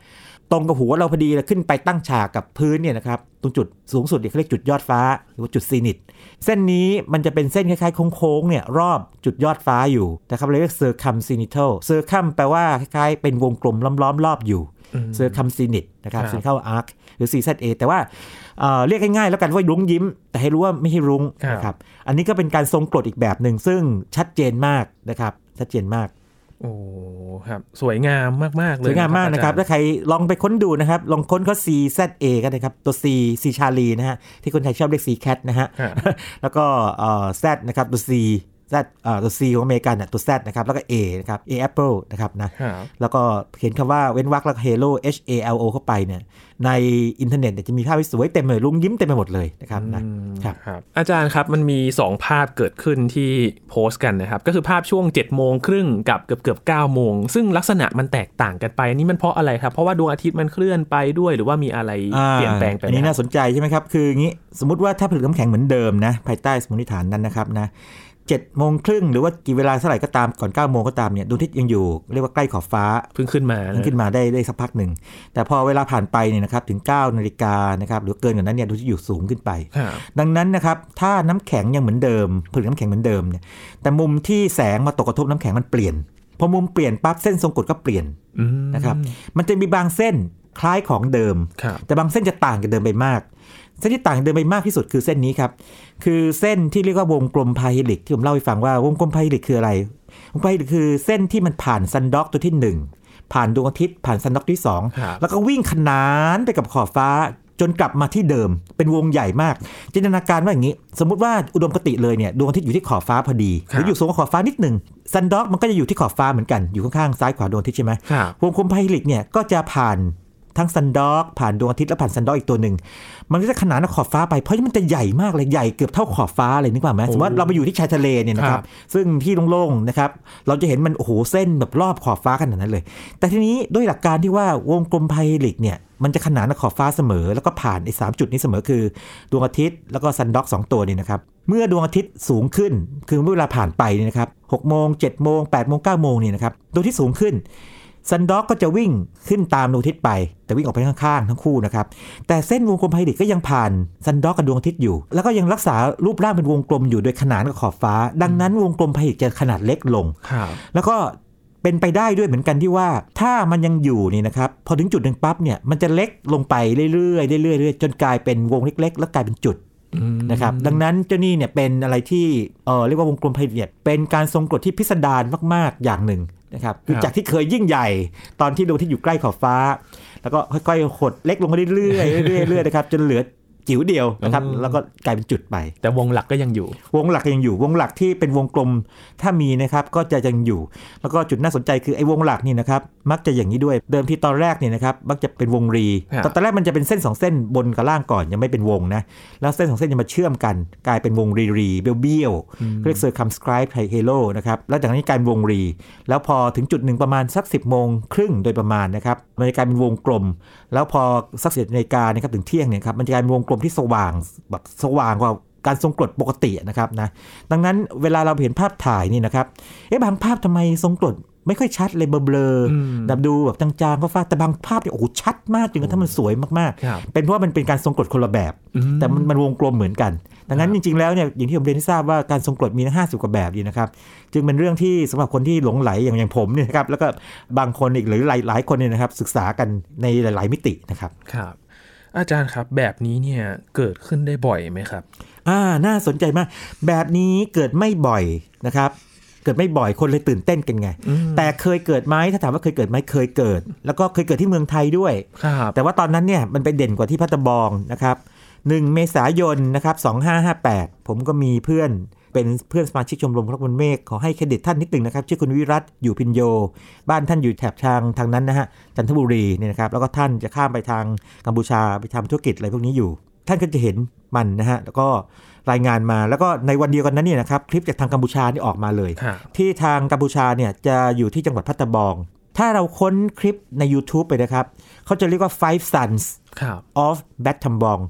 ตรงกับหัวเราพอดีแล้วขึ้นไปตั้งฉากกับพื้นเนี่ยนะครับตรงจุดสูงสุดเขาเรียกจุดยอดฟ้าหรือว่าจุดซีนิตเส้นนี้มันจะเป็นเส้นคล้ายๆโค้งๆเนี่ยรอบจุดยอดฟ้าอยู่นะครับเรียก circumzenithal circum แปลว่าคล้ายๆเป็นวงกลมล้อมรอบอยู่ circumzenith นะครับ zenithal arc หรือ CZA แต่ว่าเรียกง่ายๆแล้วกันว่ารุ้งยิ้มแต่ให้รู้ว่าไม่ใช่รุ้งนะครับอันนี้ก็เป็นการทรงกรดอีกแบบหนึ่งซึ่งชัดเจนมากนะครับชัดเจนมากโอ้ครับสวยงามมากๆเลยสวยงามมากนะครับถ้าใครลองไปค้นดูนะครับลองค้นเขา CZA กันนะครับตัว C Charlie นะฮะที่คนไทยชอบเรียก C Cat นะฮะแล้วก็Z นะครับตัว C Z ตัว C ของอเมริกันน่ะตัว Z นะครับแล้วก็ A นะครับ A Apple นะครับนะแล้วก็เขียนคำว่าเว้นวรรคแล้ว Halo HALO เข้าไปเนี่ยในอินเทอร์เน็ตเนี่ยจะมีภาพสวยเต็มเลยรุ้งยิ้มเต็มไปหมดเลยนะครับนะครับอาจารย์ครับมันมี2ภาพเกิดขึ้นที่โพสต์กันนะครับก็คือภาพช่วง 7:30 นกับเกือบ 9 โมงซึ่งลักษณะมันแตกต่างกันไปนี่มันเพราะอะไรครับเพราะว่าดวงอาทิตย์มันเคลื่อนไปด้วยหรือว่ามีอะไรเปลี่ยนแปลงไปอันนี้น่าสนใจใช่ไหมครับคืออย่างนี้สมมติว่าถ้าผลึกน้ำแข็งเหมือนเดิมนะภายใต้สมมติฐานนั้นนะครับนะ7:30 หรือว่ากี่เวลาเท่าไหร่ก็ตามก่อน 9 โมงก็ตามเนี่ยดวงอาทิตย์ยังอยู่เรียกว่าใกล้ขอบฟ้าเพิ่งขึ้นมาได้สักพักหนึ่งแต่พอเวลาผ่านไปเนี่ยนะครับถึง 9 นาฬิกานะครับหรือเกินกว่านั้นเนี่ยดวงอาทิตย์อยู่สูงขึ้นไปดังนั้นนะครับถ้าน้ำแข็งยังเหมือนเดิมผลึกน้ำแข็งเหมือนเดิมเนี่ยแต่มุมที่แสงมาตกกระทบน้ำแข็งมันเปลี่ยนพอมุมเปลี่ยนปั๊บเส้นทรงกฎก็เปลี่ยนนะครับมันจะมีบางเส้นคล้ายของเดิมแต่บางเส้นจะต่างจากเดิมไปมากเส้นที่ต่างเดิมไปมากที่สุดคือเส้นนี้ครับคือเส้นที่เรียกว่าวงกลมพาฮิลิกที่ผมเล่าให้ฟังว่าวงกลมพาฮิลิกคืออะไรวงกลมพาฮิลิกคือเส้นที่มันผ่านซันด็อกตัวที่1ผ่านดวงอาทิตย์ผ่านซันด็อกที่2แล้วก็วิ่งขนานไปกับขอบฟ้าจนกลับมาที่เดิมเป็นวงใหญ่มากจินตนาการว่าอย่างนี้สมมุติว่าอุดมคติเลยเนี่ยดวงอาทิตย์อยู่ที่ขอบฟ้าพอดีหรืออยู่สูงกว่าขอบฟ้านิดนึงซันด็อกมันก็จะอยู่ที่ขอบฟ้าเหมือนกันอยู่ข้างๆซ้ายขวาดวงอาทิตย์ใช่ไหมวงกลมพาฮิลิกเนี่ยก็จะผ่านทั้งซันด็อกผ่านดวงอาทิตย์และผ่านซันด็อกอีกตัวหนึ่งมันก็จะขนานขอบฟ้าไปเพราะมันจะใหญ่มากเลยใหญ่เกือบเท่าขอบฟ้าเลยนึกว่าไหมสมมติว่าเราไปอยู่ที่ชายทะเลเนี่ยนะครับซึ่งที่โล่งๆนะครับเราจะเห็นมันโอ้โหเส้นแบบรอบขอบฟ้าขนาดนั้นเลยแต่ทีนี้ด้วยหลักการที่ว่าวงกลมพาฮิลิกเนี่ยมันจะขนานขอบฟ้าเสมอแล้วก็ผ่านไอ้3จุดนี้เสมอคือดวงอาทิตย์แล้วก็ซันด็อก2ตัวนี่นะครับเมื่อดวงอาทิตย์สูงขึ้นคือเมื่อเวลาผ่านไปเนี่ยนะครับ6 โมง 7 โมง 8 โมง 9 โมงนี่นะครับดวงอาทิตย์สูงขึ้นซันด็อกก็จะวิ่งขึ้นตามดวงอาทิตย์ไปแต่วิ่งออกไปข้างๆทั้งคู่นะครับแต่เส้นวงกลมพาฮิลิกก็ยังผ่านซันด็อกกับดวงอาทิตย์อยู่แล้วก็ยังรักษารูปร่างเป็นวงกลมอยู่โดยขนานกับขอบฟ้าดังนั้นวงกลมพาฮิลิกจะขนาดเล็กลงแล้วก็เป็นไปได้ด้วยเหมือนกันที่ว่าถ้ามันยังอยู่นี่นะครับพอถึงจุดหนึ่งปั๊บเนี่ยมันจะเล็กลงไปเรื่อยๆเรื่อยๆจนกลายเป็นวงเล็กๆแล้วกลายเป็นจุดนะครับดังนั้นเจ้านี่เนี่ยเป็นอะไรที่เรียกว่าวงกลมพาฮิลิกเนี่ยเป็นการทรงกฎที่พิสดารมากๆอย่างหนึ่งนะครับจากที่เคยยิ่งใหญ่ตอนที่ดวงอาทิตย์อยู่ใกล้ขอบฟ้าแล้วก็ค่อยๆหดเล็กลงมาเรื่อยๆนะครับจนเหลือจิ๋วเดียวนะครับแล้วก็กลายเป็นจุดไปแต่วงหลักก็ยังอยู่วงหลักที่เป็นวงกลมถ้ามีนะครับก็จะยังอยู่แล้วก็จุดน่าสนใจคือไอ้วงหลักนี่นะครับมักจะอย่างนี้ด้วยเดิมที่ตอนแรกเนี่ยนะครับมักจะเป็นวงรีตอนแรกมันจะเป็นเส้น2เส้นบนกับล่างก่อนยังไม่เป็นวงนะแล้วเส้น2เส้นจะมาเชื่อมกันกลายเป็นวงรีเบี้ยวเรียก circumscribe halo นะครับแล้วจากนั้นกลายเป็นวงรีแล้วพอถึงจุดหนึ่งประมาณสัก 10:30 นโดยประมาณนะครับมันจะกลายเป็นวงกลมแล้วพอสัก10 นาฬิกานะครับถึงเที่ยงเนี่ยครับมันจะกลายเป็นวงกลมที่สว่างแบบสว่างกว่าการทรงกรดปกตินะครับนะดังนั้นเวลาเราเห็นภาพถ่ายนี่นะครับบางภาพทำไมทรงกรดไม่ค่อยชัดเลยเบลอแบบดูแบบจางๆก็ฟ้าแต่บางภาพเนี่ยโอ้โหชัดมากจนกระทั่งมันสวยมากๆเป็นเพราะว่ามันเป็นการทรงกรดคนละแบบแต่มันวงกลมเหมือนกันดังนั้นจริงๆแล้วเนี่ยอย่างที่ผมเรียนให้ทราบว่าการทรงกรดมี50 กว่าแบบดีนะครับจึงเป็นเรื่องที่สำหรับคนที่หลงไหลอย่างผมเนี่ยนะครับแล้วก็บางคนอีกหรือหลายคนเนี่ยนะครับศึกษากันในหลายๆมิตินะครับครับอาจารย์ครับแบบนี้เนี่ยเกิดขึ้นได้บ่อยไหมครับน่าสนใจมากแบบนี้เกิดไม่บ่อยนะครับเกิดไม่บ่อยคนเลยตื่นเต้นกันไงแต่เคยเกิดไหมถ้าถามว่าเคยเกิดไหมเคยเกิดแล้วก็เคยเกิดที่เมืองไทยด้วยแต่ว่าตอนนั้นเนี่ยมันไปเด่นกว่าที่พัทบองนะครับ1 เมษายนนะครับ2558ผมก็มีเพื่อนเป็นเพื่อนสมาชิกชมรมรักบนเมฆขอให้เครดิตท่านนิดนึงนะครับชื่อคุณวิรัตอยู่พินโยบ้านท่านอยู่แถบทางนั้นนะฮะจันทบุรีเนี่ยนะครับแล้วก็ท่านจะข้ามไปทางกัมพูชาไปทำธุรกิจอะไรพวกนี้อยู่ท่านก็จะเห็นมันนะฮะแล้วก็รายงานมาแล้วก็ในวันเดียวกันนั้นเนี่ยนะครับคลิปจากทางกัมพูชานี่ออกมาเลยที่ทางกัมพูชาเนี่ยจะอยู่ที่จังหวัดพัทบองถ้าเราค้นคลิปใน YouTube ไปนะครับเขาจะเรียกว่า Five Suns of Battambang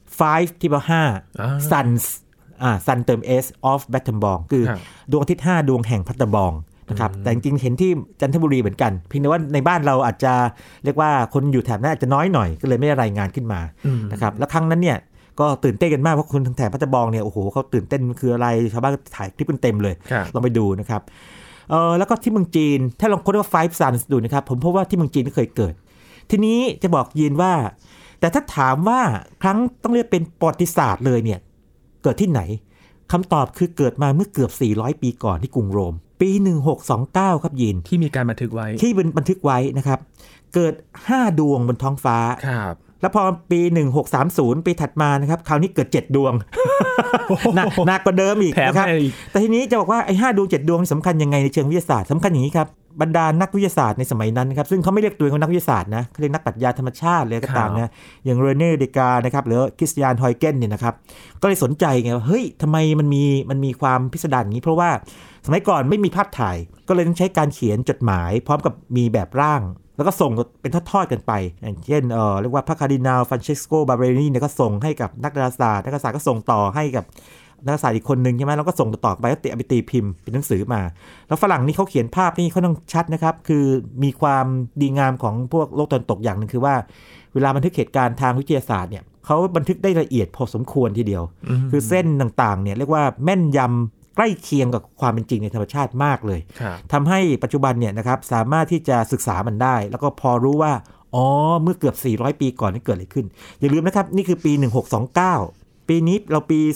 5ที่แปลว่า5 Suns Sun เติม S of Battambang คือดวงอาทิตย์5 ดวงแห่งพัทบองนะครับแต่จริงๆเห็นที่จันทบุรีเหมือนกันเพียงแต่ว่าในบ้านเราอาจจะเรียกว่าคนอยู่แถบนั้นอาจจะน้อยหน่อยก็เลยไม่ได้รายงานขึ้นมานะครับแล้วครั้งนั้นเนี่ยก็ตื่นเต้นกันมากเพราะคนทางแถบพัทบองเนี่ยโอ้โหเขาตื่นเต้นคืออะไรชาวบ้านถ่ายคลิปกันเต็มเลยลองไปดูนะครับแล้วก็ที่เมืองจีนถ้าลองค้นว่า Five Suns ดูนะครับผมพบว่าที่เมืองจีนก็เคยเกิดทีนี้จะบอกยีนว่าแต่ถ้าถามว่าครั้งต้องเรียกเป็นประวัติศาสตร์เลยเนี่ยเกิดที่ไหนคำตอบคือเกิดมาเมื่อเกือบ400ปีก่อนที่กรุงโรมปี1629ครับยีนที่มีการบันทึกไว้ที่บันทึกไว้นะครับเกิด5ดวงบนท้องฟ้าแล้วพอปี1630ปีถัดมานะครับคราวนี้เกิด7ดวง หนักกว่าเดิมอีกนะครับแต่ทีนี้จะบอกว่าไอ้5ดวง7ดวงสำคัญยังไงในเชิงวิทยาศาสตร์สำคัญอย่างนี้ครับบรรดานักวิทยาศาสตร์ในสมัยนั้นนะครับซึ่งเขาไม่เรียกตัวเองว่านักวิทยาศาสตร์นะเขาเรียกนักปรัชญาธรรมชาติเลยก็ตามนะอย่างเรเน่เดกานะครับหรือคริสติยานฮอยเกนเนี่ยนะครับก็เลยสนใจไงว่าเฮ้ยทำไมมันมีความพิสดารอย่างนี้เพราะว่าสมัยก่อนไม่มีภาพถ่ายก็เลยต้องใช้การเขียนจดหมายพร้อมกับมีแบบร่างแล้วก็ส่งเป็นทอดๆกันไปอย่างเช่นเรียกว่าพระคาร์ดินัลฟรานเชสโกบาเบเรนีเนี่ยก็ส่งให้กับนักดาราศาสตร์ก็ส่งต่อให้กับนักดาราศาสตร์อีกคนนึงใช่ไหมแล้วก็ส่งต่อไปก็เอาไปตีพิมพ์เป็นหนังสือมาแล้วฝรั่งนี่เขาเขียนภาพนี่เขาต้องชัดนะครับคือมีความดีงามของพวกโลกตะวันตกอย่างนึงคือว่าเวลาบันทึกเหตุการณ์ทางวิทยาศาสตร์เนี่ยเขาบันทึกได้ละเอียดพอสมควรทีเดียวคือเส้นต่างๆเนี่ยเรียกว่าแม่นยำใกล้เคียงกับความเป็นจริงในธรรมชาติมากเลยทำให้ปัจจุบันเนี่ยนะครับสามารถที่จะศึกษามันได้แล้วก็พอรู้ว่าเมื่อเกือบ400ปีก่อนนี่เกิดอะไรขึ้นอย่าลืมนะครับนี่คือปี1629ปีนี้เราปี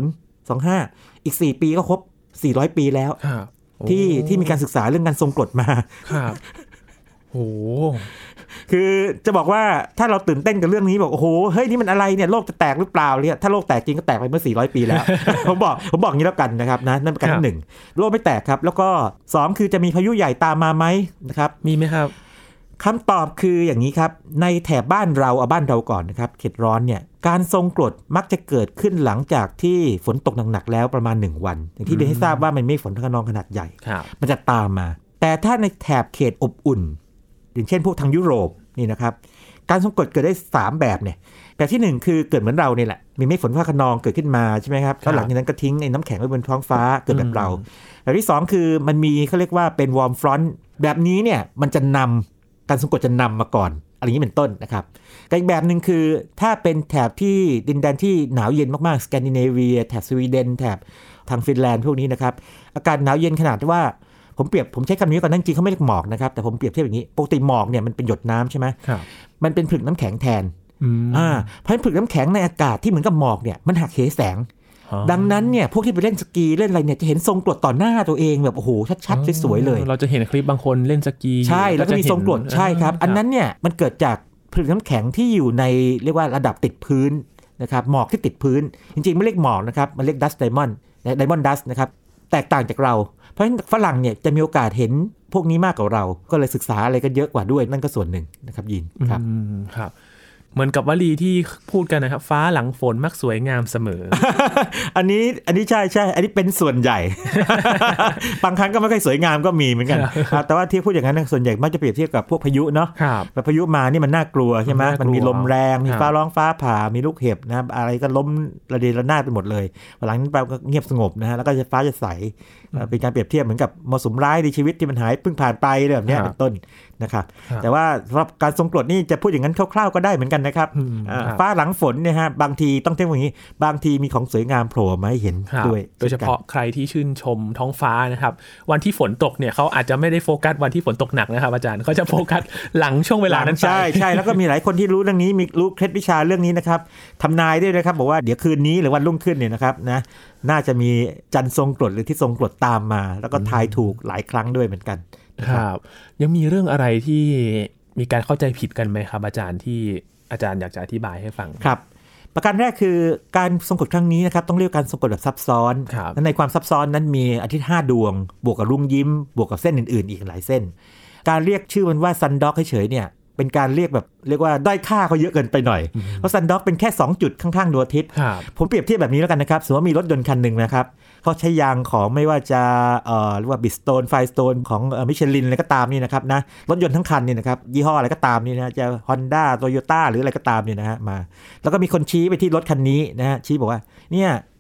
2025อีก4ปีก็ครบ400ปีแล้วที่มีการศึกษาเรื่องการทรงกรดมาโอ้คือจะบอกว่าถ้าเราตื่นเต้นกับเรื่องนี้บอกโอ้โหเฮ้ยนี่มันอะไรเนี่ยโลกจะแตกหรือเปล่าเนี่ยถ้าโลกแตกจริงก็แตกไปเมื่อ400ปีแล้ว ผมบอกอย่างนี้แล้วกันนะครับนะนั่นเป็นการที่1โลกไม่แตกครับแล้วก็2คือจะมีพายุใหญ่ตามมาไหมนะครับมีไหมครับคำตอบคืออย่างนี้ครับในแถบบ้านเราเอาบ้านเราก่อนนะครับเขตร้อนเนี่ยการทรงกรดมักจะเกิดขึ้นหลังจากที่ฝนตกหนักๆแล้วประมาณ1วันอย่างที่ได้ให้ทราบว่ามันไม่ฝนคะนองขนาดใหญ่มันจะตามมาแต่ถ้าในแถบเขตอบอุ่นอย่างเช่นพวกทางยุโรปนี่นะครับการทรงกรดเกิดได้3แบบเนี่ยแบบที่1คือเกิดเหมือนเราเนี่ยแหละมีเมฆฝนฟ้าคะนองเกิดขึ้นมาใช่ไหมครับแล้วหลังจากนั้นก็ทิ้งไอ้น้ำแข็งไว้บนท้องฟ้าเกิดแบบเราแบบที่2คือมันมีเขาเรียกว่าเป็นวอร์มฟรอนต์แบบนี้เนี่ยมันจะนำการทรงกรดจะนำมาก่อนอะไรอย่างนี้เป็นต้นนะครับอีกแบบนึงคือถ้าเป็นแถบที่ดินแดนที่หนาวเย็นมากๆสแกนดิเนเวียแถบสวีเดนแถบทางฟินแลนด์พวกนี้นะครับอากาศหนาวเย็นขนาดที่ว่าผมใช้คำนี้ก่อนนั่นจริงเขาไม่เรียกหมอกนะครับแต่ผมเปรียบเทียบอย่างนี้ปกติหมอกเนี่ยมันเป็นหยดน้ำใช่ไหมมันเป็นผลึกน้ำแข็งแทนเพราะผลึกน้ำแข็งในอากาศที่เหมือนกับหมอกเนี่ยมันหักเหแสงดังนั้นเนี่ยพวกที่ไปเล่นสกีเล่นอะไรเนี่ยจะเห็นทรงกรดต่อหน้าตัวเองแบบโอ้โหชัดๆสวยๆเลยเราจะเห็นคลิปบางคนเล่นสกีใช่แล้วก็มีทรงกรดใช่ครับอันนั้นเนี่ยมันเกิดจากผลึกน้ำแข็งที่อยู่ในเรียกว่าระดับติดพื้นนะครับหมอกที่ติดพื้นจริงๆไม่เรียกหมอกนะครับมันเรียกดัสต์ไดมอนด์ดัสต์นะครับแตกต่างจากเราเพราะฉะนั้นฝรั่งเนี่ยจะมีโอกาสเห็นพวกนี้มากกว่าเราก็เลยศึกษาอะไรกันเยอะกว่าด้วยนั่นก็ส่วนหนึ่งนะครับยินครับเหมือนกับวลีที่พูดกันนะครับฟ้าหลังฝนมักสวยงามเสมออันนี้ใช่อันนี้เป็นส่วนใหญ่ บางครั้งก็ไม่ค่อยสวยงามก็มีเหมือนกัน แต่ว่าที่พูดอย่างนั้นส่วนใหญ่มักจะเปรียบเทียบกับพวกพายุเนาะแบบพายุมานี่มันน่ากลัวใช่ไหมมันมีลมแรงมีฟ้าร้องฟ้าผ่ามีลูกเห็บนะอะไรก็ล้มระเดระนาดไปหมดเลยหลังนั้นไปก็เงียบสงบนะฮะแล้วก็ฟ้าจะใสเป็นการเปรียบเทียบเหมือนกับมรสุมร้ายในชีวิตที่มันหายเพิ่งผ่านไปแบบนี้เป็นต้นนะครับแต่ว่าสำหรับการทรงกรดนี่จะพูดอย่างนั้นคร่าวๆก็ได้เหมือนกันนะครับฟ้าหลังฝนเนี่ยฮะบางทีต้องเทียบอย่างนี้บางทีมีของสวยงามโผล่มาให้เห็นด้วยโดยเฉพาะใครที่ชื่นชมท้องฟ้านะครับวันที่ฝนตกเนี่ยเขาอาจจะไม่ได้โฟกัสวันที่ฝนตกหนักนะครับอาจารย์เขาจะโฟกัสหลังช่วงเวลานั้นใช่แล้วก็มีหลายคนที่รู้เรื่องนี้มีรู้เคล็ดวิชาเรื่องนี้นะครับทำนายด้วยนะครับบอกว่าเดี๋ยวคืนนี้หรือวันรุ่งขึ้นเนี่ยนะครับนะน่าจะมีจันทร์ทรงกรดหรือที่ทรงกรดตามมาแล้วก็ทายถูกหลายครั้งด้วยเหมือนกันครับยังมีเรื่องอะไรที่มีการเข้าใจผิดกันไหมครับอาจารย์ที่อาจารย์อยากจะอธิบายให้ฟังครับประการแรกคือการทรงกรดครั้งนี้นะครับต้องเรียกการทรงกรดแบบซับซ้อนและในความซับซ้อนนั้นมีอาทิตย์5ดวงบวกกับรุ่งยิ้มบวกกับเส้นอื่นๆอีกหลายเส้นการเรียกชื่อมันว่าซันด็อกเฉยๆเนี่ยเป็นการเรียกว่าด้อยค่าเขาเยอะเกินไปหน่อยเพราะซันด็อกเป็นแค่2จุดข้างๆดวงอาทิตย์ผมเปรียบเทียบแบบนี้แล้วกันนะครับสมมติว่ามีรถยนต์คันนึงนะครับเขาใช้ยางของไม่ว่าจะเรียกว่าบิสโตนไฟสโตนของมิชลินอะไรก็ตามนี่นะครับนะรถยนต์ทั้งคันนี่นะครับยี่ห้ออะไรก็ตามนี่นะจะ Honda Toyota หรืออะไรก็ตามนี่นะฮะมาแล้วก็มีคนชี้ไปที่รถคันนี้นะฮะชี้บอกว่าเนี่ย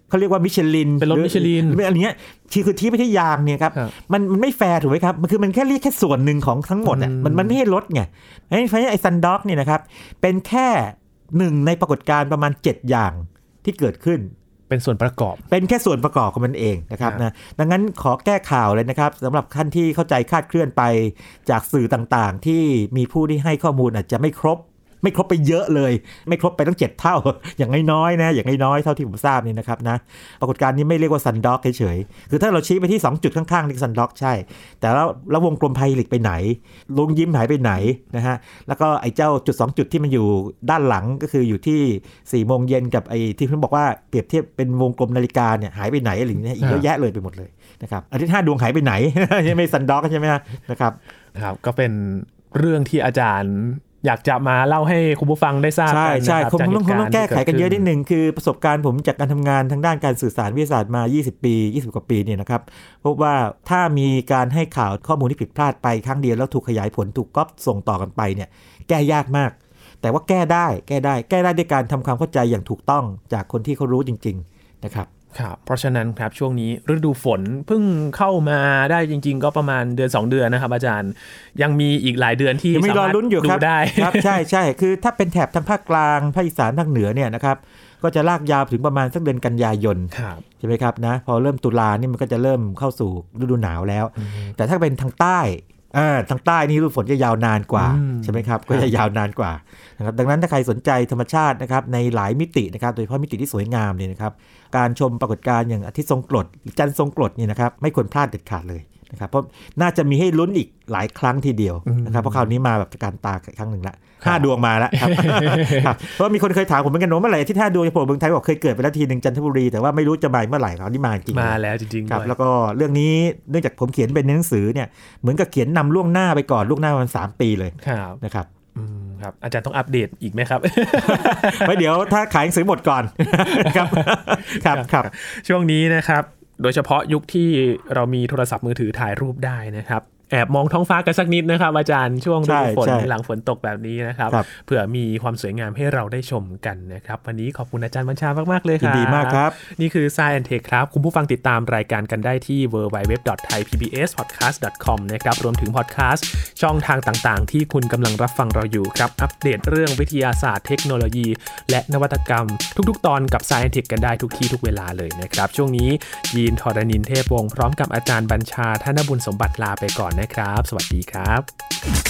เขาเรียกว่ามิชลินเป็นรถมิชลินอะไรเงี้ยคือที่ไปที่ยางเนี่ยครับมันไม่แฟร์ถูกไหมครับมันแค่เรียกแค่ส่วนหนึ่งของทั้งหมดอ่ะมันไม่ให้ลดไงไอ้ซันด็อกเนี่ยนะครับเป็นแค่หนึ่งในปรากฏการณ์ประมาณ7อย่างที่เกิดขึ้นเป็นส่วนประกอบเป็นแค่ส่วนประกอบของมันเองนะครับนะดังนั้นขอแก้ข่าวเลยนะครับสำหรับท่านที่เข้าใจคลาดเคลื่อนไปจากสื่อต่างๆที่มีผู้ที่ให้ข้อมูลอาจจะไม่ครบไปเยอะเลยไม่ครบไปตั้ง7เท่าอย่างน้อยๆนะอย่างน้อยๆเท่าที่ผมทราบนี่นะครับนะปรากฏการณ์นี้ไม่เรียกว่าซันด็อกเฉยๆคือถ้าเราชี้ไปที่2จุดข้างๆนี่ซันด็อกใช่แต่แล้ววงกลมไพลิกไปไหนลุงยิ้มหายไปไหนนะฮะแล้วก็ไอ้เจ้าจุด2จุดที่มันอยู่ด้านหลังก็คืออยู่ที่4 โมงเย็นกับไอ้ที่ผมบอกว่าเปรียบเทียบเป็นวงกลมนาฬิกาเนี่ยหายไปไหนอะไรอย่างเงี้ยอีกเยอะแยะเลยไปหมดเลยนะครับอาทิตย์5ดวงหายไปไหน ไม่ซันด็อกใช่ไหมนะครับก็เป็นเรื่องที่อาจารย์อยากจะมาเล่าให้คุณผู้ฟังได้ทราบกันใช่ผมต้องแก้ไขกันเยอะนิดนึงคือประสบการณ์ผมจากการทำงานทางด้านการสื่อสารวิทยาศาสตร์มา20 กว่าปีเนี่ยนะครับพบว่าถ้ามีการให้ข่าวข้อมูลที่ผิดพลาดไปครั้งเดียวแล้วถูกขยายผลถูกก๊อปส่งต่อกันไปเนี่ยแก้ยากมากแต่ว่าแก้ได้ด้วยการทำความเข้าใจอย่างถูกต้องจากคนที่เขารู้จริงๆนะครับครับเพราะฉะนั้นครับช่วงนี้ฤดูฝนเพิ่งเข้ามาได้จริงๆก็ประมาณเดือน2 เดือนนะครับอาจารย์ยังมีอีกหลายเดือนที่สามารถดูได้ครับใช่คือถ้าเป็นแถบทางภาคกลางภาคอีสานภาคเหนือเนี่ยนะครับก็จะลากยาวถึงประมาณสักเดือนกันยายนใช่ไหมครับนะพอเริ่มตุลานี่มันก็จะเริ่มเข้าสู่ฤดูหนาวแล้วแต่ถ้าเป็นทางใต้นี่ฤดูฝนจะยาวนานกว่าใช่ไหมครับก็จะยาวนานกว่านะครับดังนั้นถ้าใครสนใจธรรมชาตินะครับในหลายมิตินะครับโดยเฉพาะมิติที่สวยงามเนี่ยนะครับการชมปรากฏการณ์อย่างอาทิตย์ทรงกรดหรือจันทร์ทรงกรดเนี่ยนะครับไม่ควรพลาดเด็ดขาดเลยนะครับเพราะน่าจะมีให้ลุ้นอีกหลายครั้งทีเดียวนะครับเพราะคราวนี้มาแบบการตาครั้งหนึ่งละ5 ดวงมาแล้วครับเพราะมีคนเคยถามผมเหมือนกันว่าเมื่อไหร่ที่5 ดวงจะโผล่เมืองไทยบอกเคยเกิดไปแล้วทีนึงจันทบุรีแต่ว่าไม่รู้จะมาเมื่อไหร่คราวนี้มาจริงมาแล้วจริงๆครับแล้วก็เรื่องนี้เนื่องจากผมเขียนเป็นในหนังสือเนี่ยเหมือนกับเขียนนำล่วงหน้าไปก่อนล่วงหน้าประมาณ3 ปีเลยนะครับครับอาจารย์ต้องอัปเดตอีกไหมครับไว้เดี๋ยวถ้าขายหนังสือหมดก่อนครับช่วงนี้นะครับโดยเฉพาะยุคที่เรามีโทรศัพท์มือถือถ่ายรูปได้นะครับแอบมองท้องฟ้ากันสักนิดนะครับอาจารย์ช่วงฤดูฝนหลังฝนตกแบบนี้นะครับเผื่อมีความสวยงามให้เราได้ชมกันนะครับวันนี้ขอบคุณอาจารย์บัญชามากๆเลยครับดีมากครับนี่คือ Science and Tech ครับคุณผู้ฟังติดตามรายการกันได้ที่ www.thaipbspodcast.com นะครับรวมถึงพอดแคสต์ช่องทางต่างๆที่คุณกำลังรับฟังเราอยู่ครับอัปเดตเรื่องวิทยาศาสตร์เทคโนโลยีและนวัตกรรมทุกๆตอนกับ Science and Tech กันได้ทุกที่ทุกเวลาเลยนะครับช่วงนี้ยีน ธรณินทร์ เทพวงศ์พร้อมกับอาจารย์บัญชา ธนบุญสมบัติลาไปก่อนนะครับสวัสดีครับ